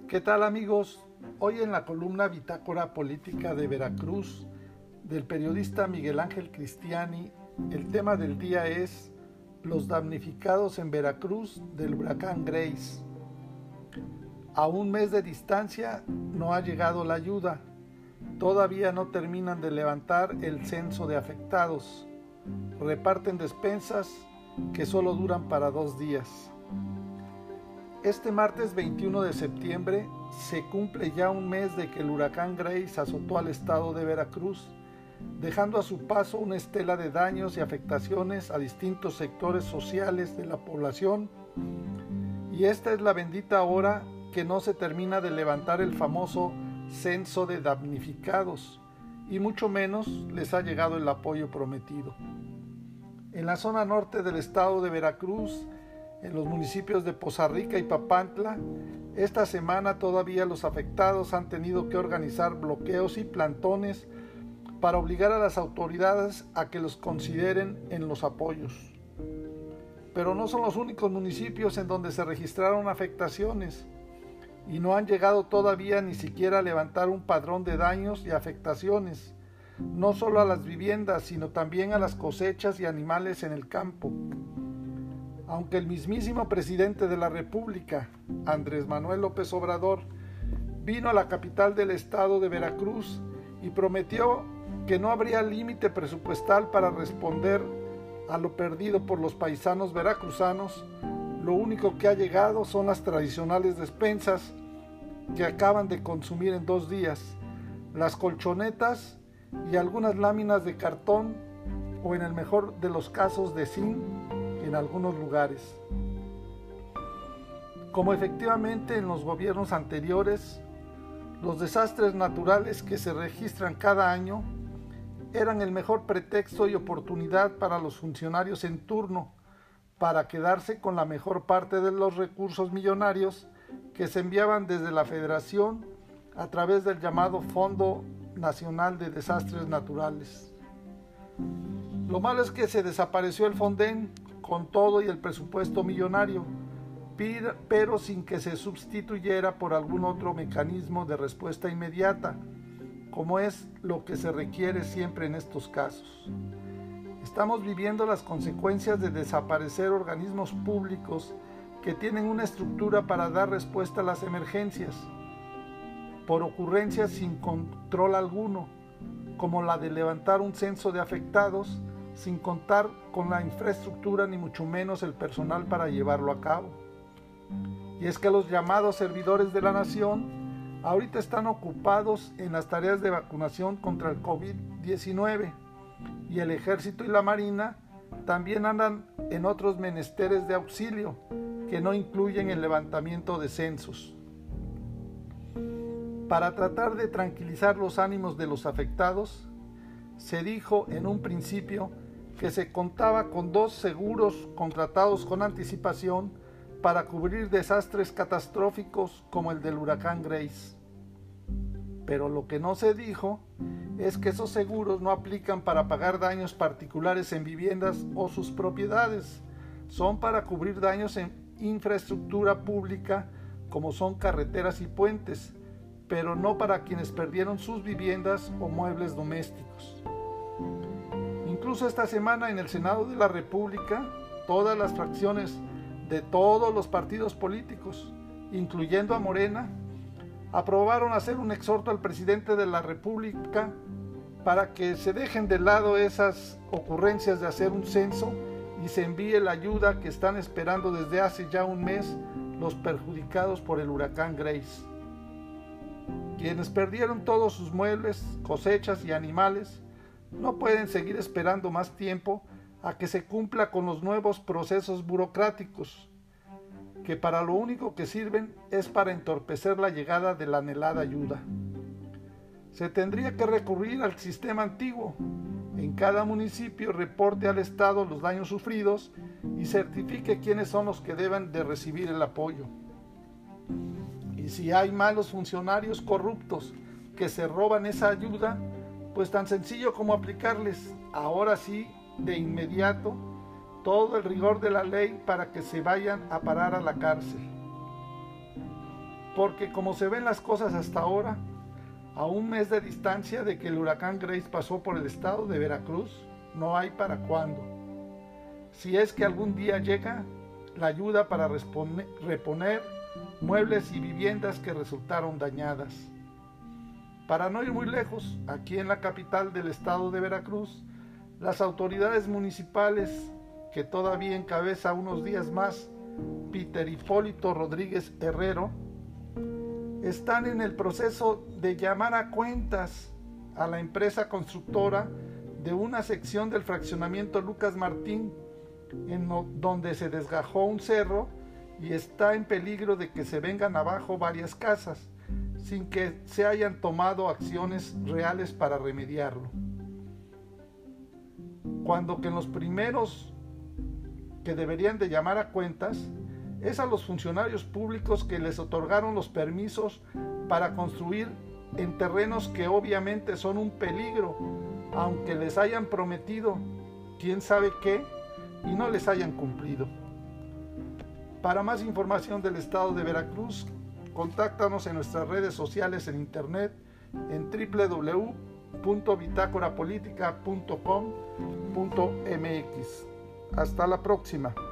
¿Qué tal, amigos? Hoy en la columna Bitácora Política de Veracruz del periodista Miguel Ángel Cristiani, el tema del día es los damnificados en Veracruz del huracán Grace. A un mes de distancia no ha llegado la ayuda. Todavía no terminan de levantar el censo de afectados. Reparten despensas que solo duran para 2 días. Este martes 21 de septiembre se cumple ya un mes de que el huracán Grace azotó al estado de Veracruz, dejando a su paso una estela de daños y afectaciones a distintos sectores sociales de la población. Y esta es la bendita hora que no se termina de levantar el famoso censo de damnificados, y mucho menos les ha llegado el apoyo prometido. En la zona norte del estado de Veracruz, en los municipios de Poza Rica y Papantla, esta semana todavía los afectados han tenido que organizar bloqueos y plantones para obligar a las autoridades a que los consideren en los apoyos. Pero no son los únicos municipios en donde se registraron afectaciones y no han llegado todavía ni siquiera a levantar un padrón de daños y afectaciones, no solo a las viviendas, sino también a las cosechas y animales en el campo. Aunque el mismísimo presidente de la República, Andrés Manuel López Obrador, vino a la capital del estado de Veracruz y prometió que no habría límite presupuestal para responder a lo perdido por los paisanos veracruzanos, lo único que ha llegado son las tradicionales despensas que acaban de consumir en 2 días, las colchonetas y algunas láminas de cartón o, en el mejor de los casos, de zinc en algunos lugares. Como efectivamente en los gobiernos anteriores, los desastres naturales que se registran cada año eran el mejor pretexto y oportunidad para los funcionarios en turno para quedarse con la mejor parte de los recursos millonarios que se enviaban desde la Federación a través del llamado Fondo Nacional de Desastres Naturales. Lo malo es que se desapareció el Fonden con todo y el presupuesto millonario, pero sin que se sustituyera por algún otro mecanismo de respuesta inmediata, como es lo que se requiere siempre en estos casos. Estamos viviendo las consecuencias de desaparecer organismos públicos que tienen una estructura para dar respuesta a las emergencias, por ocurrencias sin control alguno, como la de levantar un censo de afectados sin contar con la infraestructura ni mucho menos el personal para llevarlo a cabo. Y es que los llamados servidores de la nación ahorita están ocupados en las tareas de vacunación contra el COVID-19 y el ejército y la marina también andan en otros menesteres de auxilio que no incluyen el levantamiento de censos. Para tratar de tranquilizar los ánimos de los afectados, se dijo en un principio que se contaba con 2 seguros contratados con anticipación para cubrir desastres catastróficos como el del huracán Grace. Pero lo que no se dijo es que esos seguros no aplican para pagar daños particulares en viviendas o sus propiedades, son para cubrir daños en infraestructura pública como son carreteras y puentes, pero no para quienes perdieron sus viviendas o muebles domésticos. Incluso esta semana en el Senado de la República, todas las fracciones de todos los partidos políticos, incluyendo a Morena, aprobaron hacer un exhorto al presidente de la República para que se dejen de lado esas ocurrencias de hacer un censo y se envíe la ayuda que están esperando desde hace ya un mes los perjudicados por el huracán Grace. Quienes perdieron todos sus muebles, cosechas y animales no pueden seguir esperando más tiempo a que se cumpla con los nuevos procesos burocráticos, que para lo único que sirven es para entorpecer la llegada de la anhelada ayuda. Se tendría que recurrir al sistema antiguo. En cada municipio reporte al Estado los daños sufridos y certifique quiénes son los que deben de recibir el apoyo. Y si hay malos funcionarios corruptos que se roban esa ayuda, pues tan sencillo como aplicarles, ahora sí, de inmediato, todo el rigor de la ley para que se vayan a parar a la cárcel. porque como se ven las cosas hasta ahora, a un mes de distancia de que el huracán Grace pasó por el estado de Veracruz, no hay para cuándo. Si es que algún día llega la ayuda para reponer muebles y viviendas que resultaron dañadas. Para no ir muy lejos, aquí en la capital del estado de Veracruz, las autoridades municipales, que todavía encabeza unos días más Peter Hipólito Rodríguez Herrero, están en el proceso de llamar a cuentas a la empresa constructora de una sección del fraccionamiento Lucas Martín, donde se desgajó un cerro y está en peligro de que se vengan abajo varias casas, sin que se hayan tomado acciones reales para remediarlo. Cuando que en los primeros que deberían de llamar a cuentas es a los funcionarios públicos que les otorgaron los permisos para construir en terrenos que obviamente son un peligro, aunque les hayan prometido quién sabe qué y no les hayan cumplido. Para más información del estado de Veracruz, contáctanos en nuestras redes sociales en internet en www.bitácorapolítica.com.mx. Hasta la próxima.